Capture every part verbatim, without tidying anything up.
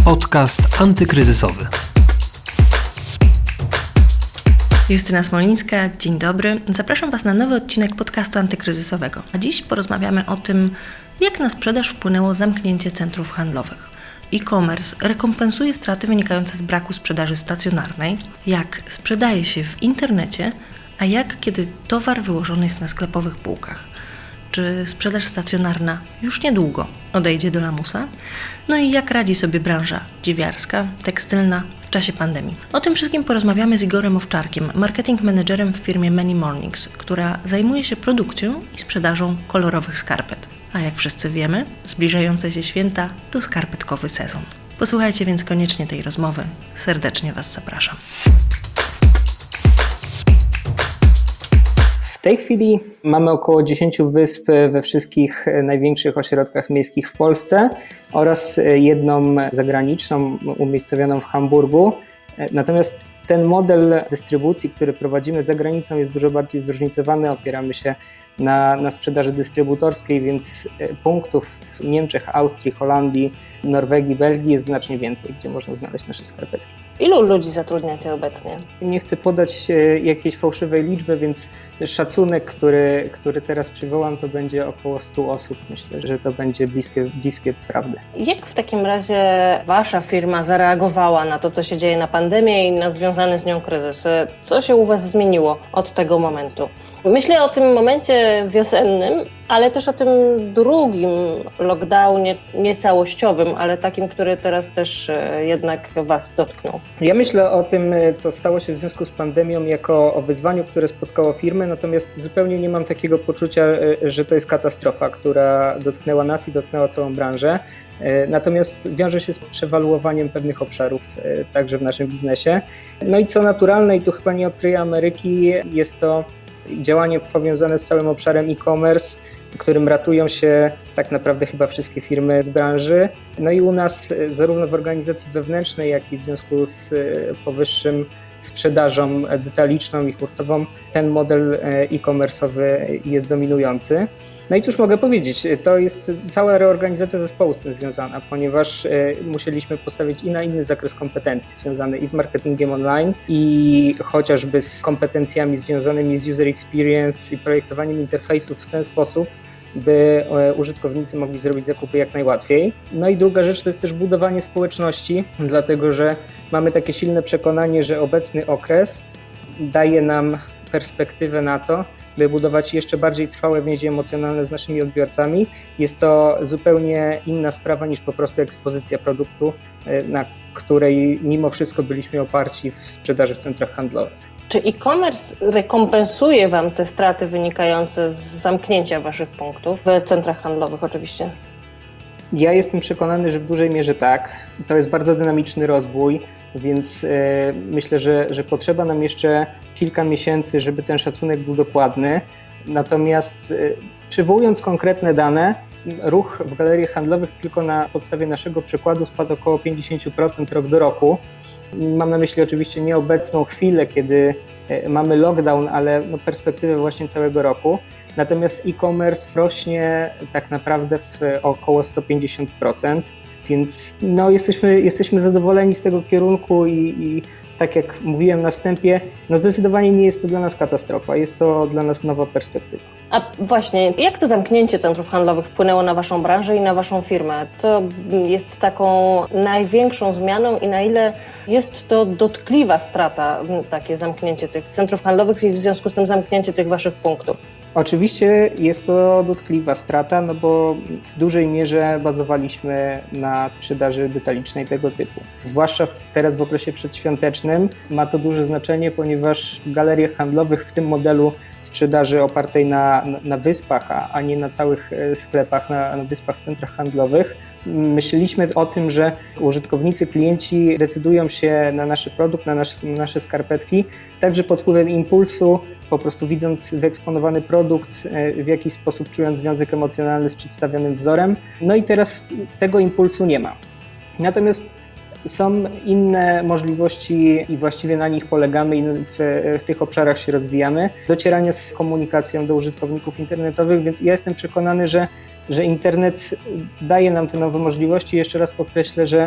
Podcast antykryzysowy. Justyna Smolińska, dzień dobry. Zapraszam Was na nowy odcinek podcastu antykryzysowego. A dziś porozmawiamy o tym, jak na sprzedaż wpłynęło zamknięcie centrów handlowych. E-commerce rekompensuje straty wynikające z braku sprzedaży stacjonarnej, jak sprzedaje się w internecie, a jak kiedy towar wyłożony jest na sklepowych półkach. Czy sprzedaż stacjonarna już niedługo odejdzie do lamusa? No i jak radzi sobie branża dziewiarska, tekstylna w czasie pandemii? O tym wszystkim porozmawiamy z Igorem Owczarkiem, marketing managerem w firmie Many Mornings, która zajmuje się produkcją i sprzedażą kolorowych skarpet. A jak wszyscy wiemy, zbliżające się święta to skarpetkowy sezon. Posłuchajcie więc koniecznie tej rozmowy. Serdecznie Was zapraszam. W tej chwili mamy około dziesięć wysp we wszystkich największych ośrodkach miejskich w Polsce oraz jedną zagraniczną umiejscowioną w Hamburgu. Natomiast ten model dystrybucji, który prowadzimy za granicą, jest dużo bardziej zróżnicowany. Opieramy się na, na sprzedaży dystrybutorskiej, więc punktów w Niemczech, Austrii, Holandii, Norwegii, Belgii jest znacznie więcej, gdzie można znaleźć nasze skarpetki. Ilu ludzi zatrudniacie obecnie? Nie chcę podać jakiejś fałszywej liczby, więc szacunek, który, który teraz przywołam, to będzie około stu osób. Myślę, że to będzie bliskie, bliskie prawdy. Jak w takim razie Wasza firma zareagowała na to, co się dzieje na pandemię i na związany z nią kryzys? Co się u Was zmieniło od tego momentu? Myślę o tym momencie wiosennym, ale też o tym drugim lockdownie, nie całościowym, ale takim, który teraz też jednak Was dotknął. Ja myślę o tym, co stało się w związku z pandemią, jako o wyzwaniu, które spotkało firmy, natomiast zupełnie nie mam takiego poczucia, że to jest katastrofa, która dotknęła nas i dotknęła całą branżę. Natomiast wiąże się z przewaluowaniem pewnych obszarów także w naszym biznesie. No i co naturalne, i tu chyba nie odkryję Ameryki, jest to działanie powiązane z całym obszarem e-commerce, którym ratują się tak naprawdę chyba wszystkie firmy z branży. No i u nas zarówno w organizacji wewnętrznej, jak i w związku z powyższym sprzedażą detaliczną i hurtową ten model e-commerce'owy jest dominujący. No i cóż mogę powiedzieć, to jest cała reorganizacja zespołu z tym związana, ponieważ musieliśmy postawić i na inny zakres kompetencji związany i z marketingiem online, i chociażby z kompetencjami związanymi z user experience i projektowaniem interfejsów w ten sposób, by użytkownicy mogli zrobić zakupy jak najłatwiej. No i druga rzecz to jest też budowanie społeczności, dlatego że mamy takie silne przekonanie, że obecny okres daje nam perspektywę na to, by budować jeszcze bardziej trwałe więzi emocjonalne z naszymi odbiorcami. Jest to zupełnie inna sprawa niż po prostu ekspozycja produktu, na której mimo wszystko byliśmy oparci w sprzedaży w centrach handlowych. Czy e-commerce rekompensuje Wam te straty wynikające z zamknięcia Waszych punktów w centrach handlowych oczywiście? Ja jestem przekonany, że w dużej mierze tak. To jest bardzo dynamiczny rozwój, więc yy, myślę, że, że potrzeba nam jeszcze kilka miesięcy, żeby ten szacunek był dokładny. Natomiast yy, przywołując konkretne dane, ruch w galeriach handlowych tylko na podstawie naszego przykładu spadł około pięćdziesiąt procent rok do roku. Mam na myśli oczywiście nieobecną chwilę, kiedy mamy lockdown, ale no perspektywę właśnie całego roku. Natomiast e-commerce rośnie tak naprawdę w około sto pięćdziesiąt procent, więc no jesteśmy, jesteśmy zadowoleni z tego kierunku i, i tak jak mówiłem na wstępie, no zdecydowanie nie jest to dla nas katastrofa, jest to dla nas nowa perspektywa. A właśnie, jak to zamknięcie centrów handlowych wpłynęło na Waszą branżę i na Waszą firmę? Co jest taką największą zmianą i na ile jest to dotkliwa strata, takie zamknięcie tych centrów handlowych i w związku z tym zamknięcie tych Waszych punktów? Oczywiście jest to dotkliwa strata, no bo w dużej mierze bazowaliśmy na sprzedaży detalicznej tego typu. Zwłaszcza w, teraz w okresie przedświątecznym ma to duże znaczenie, ponieważ w galeriach handlowych w tym modelu sprzedaży opartej na, na, na wyspach, a, a nie na całych sklepach, na, na wyspach w centrach handlowych, myśleliśmy o tym, że użytkownicy, klienci decydują się na nasz produkt, na, nasz, na nasze skarpetki, także pod wpływem impulsu, po prostu widząc wyeksponowany produkt, w jakiś sposób czując związek emocjonalny z przedstawionym wzorem. No i teraz tego impulsu nie ma. Natomiast są inne możliwości i właściwie na nich polegamy i w, w tych obszarach się rozwijamy. Docierania z komunikacją do użytkowników internetowych, więc ja jestem przekonany, że, że internet daje nam te nowe możliwości. Jeszcze raz podkreślę, że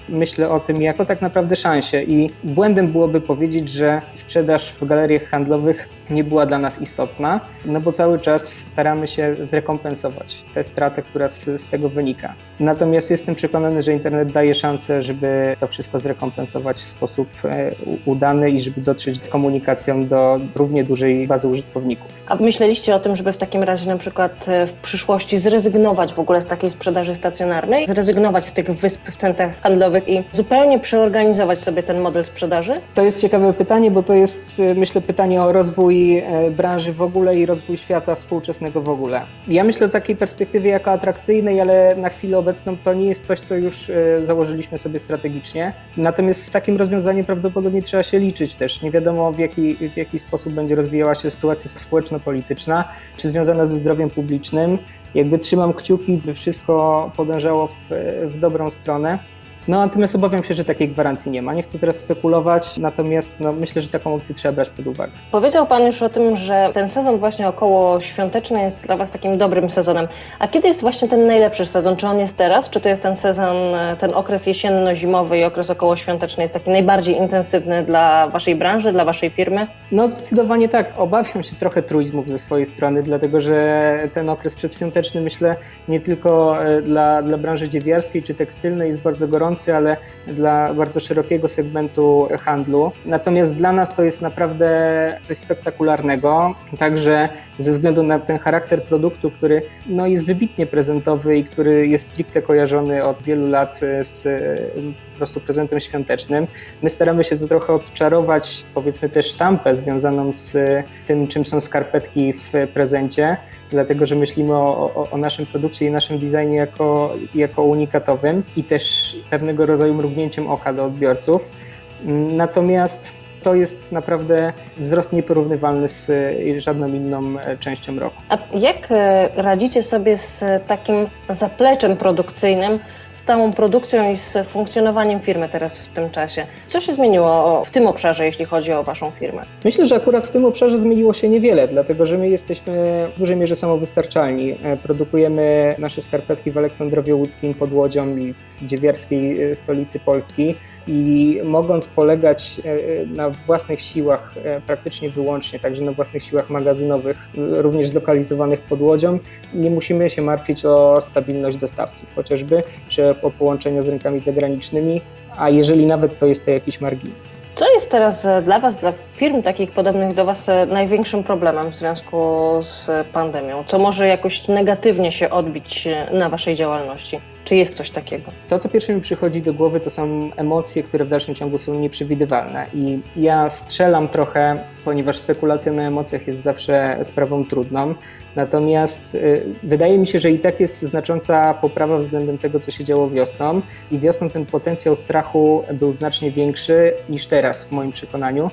myślę o tym jako tak naprawdę szansę i błędem byłoby powiedzieć, że sprzedaż w galeriach handlowych nie była dla nas istotna, no bo cały czas staramy się zrekompensować tę stratę, która z, z tego wynika. Natomiast jestem przekonany, że internet daje szansę, żeby to wszystko zrekompensować w sposób e, udany i żeby dotrzeć z komunikacją do równie dużej bazy użytkowników. A myśleliście o tym, żeby w takim razie na przykład w przyszłości zrezygnować w ogóle z takiej sprzedaży stacjonarnej, zrezygnować z tych wysp w centrach handlowych i zupełnie przeorganizować sobie ten model sprzedaży? To jest ciekawe pytanie, bo to jest, myślę, pytanie o rozwój branży w ogóle i rozwój świata współczesnego w ogóle. Ja myślę o takiej perspektywie jako atrakcyjnej, ale na chwilę obecną to nie jest coś, co już założyliśmy sobie strategicznie. Natomiast z takim rozwiązaniem prawdopodobnie trzeba się liczyć też. Nie wiadomo, w jaki, w jaki sposób będzie rozwijała się sytuacja społeczno-polityczna, czy związana ze zdrowiem publicznym. Jakby trzymam kciuki, by wszystko podążało w, w dobrą stronę. No natomiast obawiam się, że takiej gwarancji nie ma. Nie chcę teraz spekulować, natomiast no, myślę, że taką opcję trzeba brać pod uwagę. Powiedział Pan już o tym, że ten sezon właśnie około świąteczny jest dla Was takim dobrym sezonem. A kiedy jest właśnie ten najlepszy sezon? Czy on jest teraz? Czy to jest ten sezon, ten okres jesienno-zimowy i okres okołoświąteczny jest taki najbardziej intensywny dla Waszej branży, dla Waszej firmy? No zdecydowanie tak. Obawiam się trochę truizmów ze swojej strony, dlatego że ten okres przedświąteczny, myślę, nie tylko dla, dla branży dziewiarskiej czy tekstylnej jest bardzo gorący, ale dla bardzo szerokiego segmentu handlu. Natomiast dla nas to jest naprawdę coś spektakularnego, także ze względu na ten charakter produktu, który no, jest wybitnie prezentowy i który jest stricte kojarzony od wielu lat z po prostu prezentem świątecznym. My staramy się tu trochę odczarować, powiedzmy, tę sztampę związaną z tym, czym są skarpetki w prezencie, dlatego że myślimy o, o, o naszym produkcie i naszym designie jako, jako unikatowym i też pewnego rodzaju mrugnięciem oka do odbiorców. Natomiast to jest naprawdę wzrost nieporównywalny z żadną inną częścią roku. A jak radzicie sobie z takim zapleczem produkcyjnym, z całą produkcją i z funkcjonowaniem firmy teraz w tym czasie? Co się zmieniło w tym obszarze, jeśli chodzi o Waszą firmę? Myślę, że akurat w tym obszarze zmieniło się niewiele, dlatego że my jesteśmy w dużej mierze samowystarczalni. Produkujemy nasze skarpetki w Aleksandrowie Łódzkim pod Łodzią i w dziewiarskiej stolicy Polski i mogąc polegać na własnych siłach praktycznie wyłącznie, także na własnych siłach magazynowych, również zlokalizowanych pod Łodzią, nie musimy się martwić o stabilność dostawców chociażby, czy o połączenia z rynkami zagranicznymi, a jeżeli nawet to jest to jakiś margines. Co jest teraz dla Was, dla firm takich podobnych do Was, największym problemem w związku z pandemią? Co może jakoś negatywnie się odbić na Waszej działalności? Czy jest coś takiego? To, co pierwsze mi przychodzi do głowy, to są emocje, które w dalszym ciągu są nieprzewidywalne. I ja strzelam trochę, ponieważ spekulacja na emocjach jest zawsze sprawą trudną. Natomiast y, wydaje mi się, że i tak jest znacząca poprawa względem tego, co się działo wiosną. I wiosną ten potencjał strachu był znacznie większy niż teraz, w moim przekonaniu.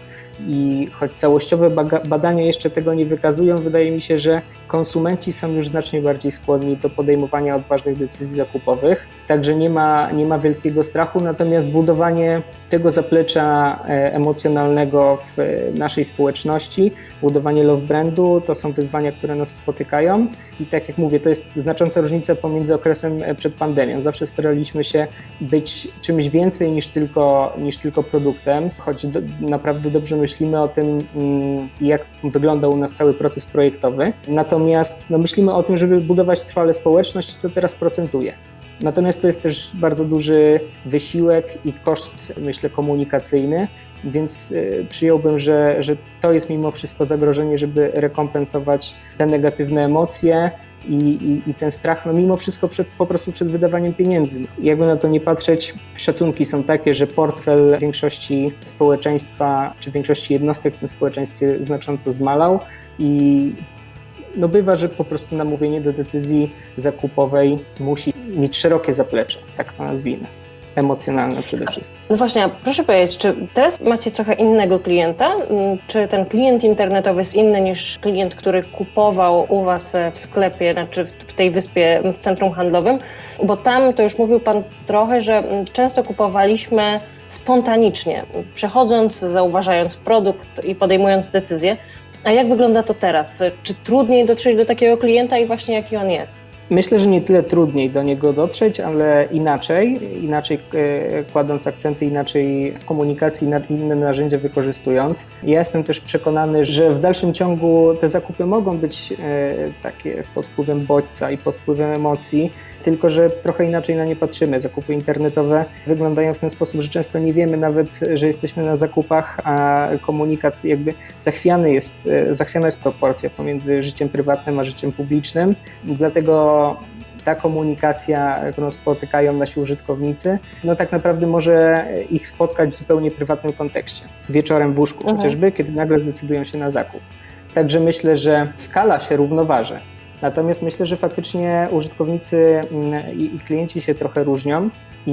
I choć całościowe badania jeszcze tego nie wykazują, wydaje mi się, że konsumenci są już znacznie bardziej skłonni do podejmowania odważnych decyzji zakupowych, także nie ma, nie ma wielkiego strachu, natomiast budowanie tego zaplecza emocjonalnego w naszej społeczności, budowanie love brandu, to są wyzwania, które nas spotykają i tak jak mówię, to jest znacząca różnica pomiędzy okresem przed pandemią. Zawsze staraliśmy się być czymś więcej niż tylko, niż tylko produktem, choć do, naprawdę dobrze myślimy o tym, jak wygląda u nas cały proces projektowy. Natomiast no, myślimy o tym, żeby budować trwale społeczność i to teraz procentuje. Natomiast to jest też bardzo duży wysiłek i koszt, myślę, komunikacyjny, więc y, przyjąłbym, że, że to jest mimo wszystko zagrożenie, żeby rekompensować te negatywne emocje i, i, i ten strach, no mimo wszystko przed, po prostu przed wydawaniem pieniędzy. Jakby na to nie patrzeć, szacunki są takie, że portfel większości społeczeństwa, czy większości jednostek w tym społeczeństwie znacząco zmalał i no bywa, że po prostu namówienie do decyzji zakupowej musi mieć szerokie zaplecze, tak to nazwijmy. Emocjonalne przede wszystkim. No właśnie, a proszę powiedzieć, czy teraz macie trochę innego klienta? Czy ten klient internetowy jest inny niż klient, który kupował u Was w sklepie, znaczy w tej wyspie, w centrum handlowym? Bo tam, to już mówił Pan trochę, że często kupowaliśmy spontanicznie, przechodząc, zauważając produkt i podejmując decyzję. A jak wygląda to teraz? Czy trudniej dotrzeć do takiego klienta i właśnie jaki on jest? Myślę, że nie tyle trudniej do niego dotrzeć, ale inaczej, inaczej kładąc akcenty, inaczej w komunikacji, inne narzędzia wykorzystując. Ja jestem też przekonany, że w dalszym ciągu te zakupy mogą być takie pod wpływem bodźca i pod wpływem emocji, tylko że trochę inaczej na nie patrzymy. Zakupy internetowe wyglądają w ten sposób, że często nie wiemy nawet, że jesteśmy na zakupach, a komunikat jakby zachwiany jest, zachwiana jest proporcja pomiędzy życiem prywatnym a życiem publicznym. Dlatego ta komunikacja, którą spotykają nasi użytkownicy, no tak naprawdę może ich spotkać w zupełnie prywatnym kontekście. Wieczorem w łóżku mhm. chociażby, kiedy nagle zdecydują się na zakup. Także myślę, że skala się równoważy. Natomiast myślę, że faktycznie użytkownicy i klienci się trochę różnią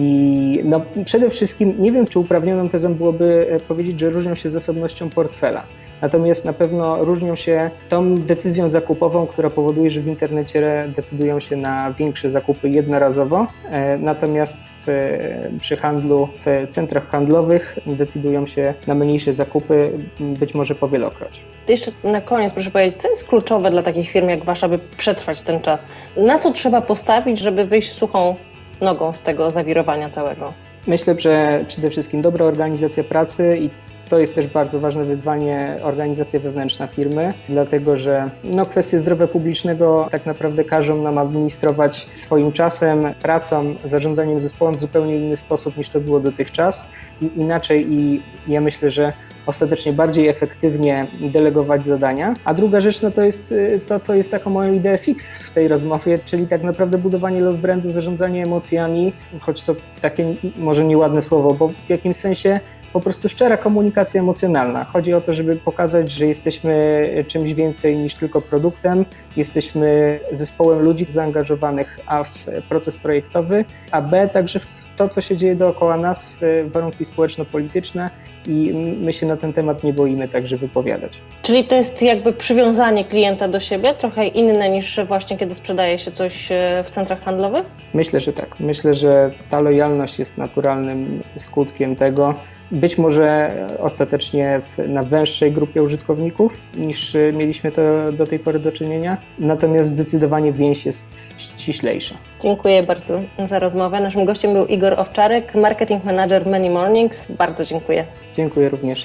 i no przede wszystkim nie wiem, czy uprawnioną tezą byłoby powiedzieć, że różnią się zasobnością portfela. Natomiast na pewno różnią się tą decyzją zakupową, która powoduje, że w internecie decydują się na większe zakupy jednorazowo, natomiast w, przy handlu, w centrach handlowych decydują się na mniejsze zakupy, być może powielokroć. Jeszcze na koniec proszę powiedzieć, co jest kluczowe dla takich firm jak Wasza, by przetrwać ten czas? Na co trzeba postawić, żeby wyjść suchą nogą z tego zawirowania całego? Myślę, że przede wszystkim dobra organizacja pracy i to jest też bardzo ważne wyzwanie, organizacja wewnętrzna firmy, dlatego że no, kwestie zdrowia publicznego tak naprawdę każą nam administrować swoim czasem, pracą, zarządzaniem zespołem w zupełnie inny sposób niż to było dotychczas i inaczej i ja myślę, że ostatecznie bardziej efektywnie delegować zadania. A druga rzecz no to jest to, co jest taką moją ideę fix w tej rozmowie, czyli tak naprawdę budowanie love brandu, zarządzanie emocjami, choć to takie może nieładne słowo, bo w jakimś sensie po prostu szczera komunikacja emocjonalna. Chodzi o to, żeby pokazać, że jesteśmy czymś więcej niż tylko produktem, jesteśmy zespołem ludzi zaangażowanych a w proces projektowy, a b także w to, co się dzieje dookoła nas, w warunki społeczno-polityczne i my się na ten temat nie boimy także wypowiadać. Czyli to jest jakby przywiązanie klienta do siebie, trochę inne niż właśnie kiedy sprzedaje się coś w centrach handlowych? Myślę, że tak. Myślę, że ta lojalność jest naturalnym skutkiem tego. Być może ostatecznie w, na węższej grupie użytkowników niż mieliśmy to do tej pory do czynienia, natomiast zdecydowanie więź jest ściślejsza. Dziękuję bardzo za rozmowę. Naszym gościem był Igor Owczarek, marketing manager Many Mornings. Bardzo dziękuję. Dziękuję również.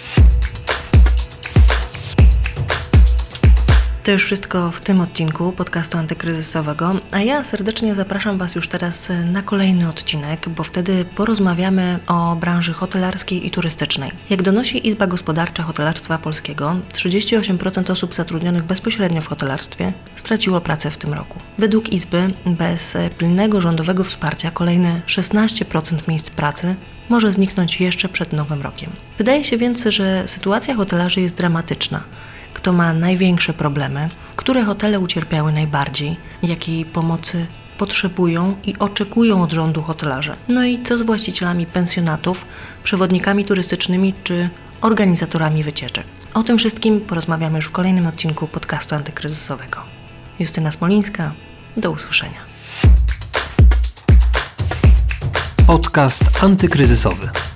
To już wszystko w tym odcinku podcastu antykryzysowego, a ja serdecznie zapraszam Was już teraz na kolejny odcinek, bo wtedy porozmawiamy o branży hotelarskiej i turystycznej. Jak donosi Izba Gospodarcza Hotelarstwa Polskiego, trzydzieści osiem procent osób zatrudnionych bezpośrednio w hotelarstwie straciło pracę w tym roku. Według Izby bez pilnego rządowego wsparcia kolejne szesnaście procent miejsc pracy może zniknąć jeszcze przed nowym rokiem. Wydaje się więc, że sytuacja hotelarzy jest dramatyczna. Kto ma największe problemy, które hotele ucierpiały najbardziej, jakiej pomocy potrzebują i oczekują od rządu hotelarze. No i co z właścicielami pensjonatów, przewodnikami turystycznymi czy organizatorami wycieczek. O tym wszystkim porozmawiamy już w kolejnym odcinku podcastu antykryzysowego. Justyna Smolińska, do usłyszenia. Podcast antykryzysowy.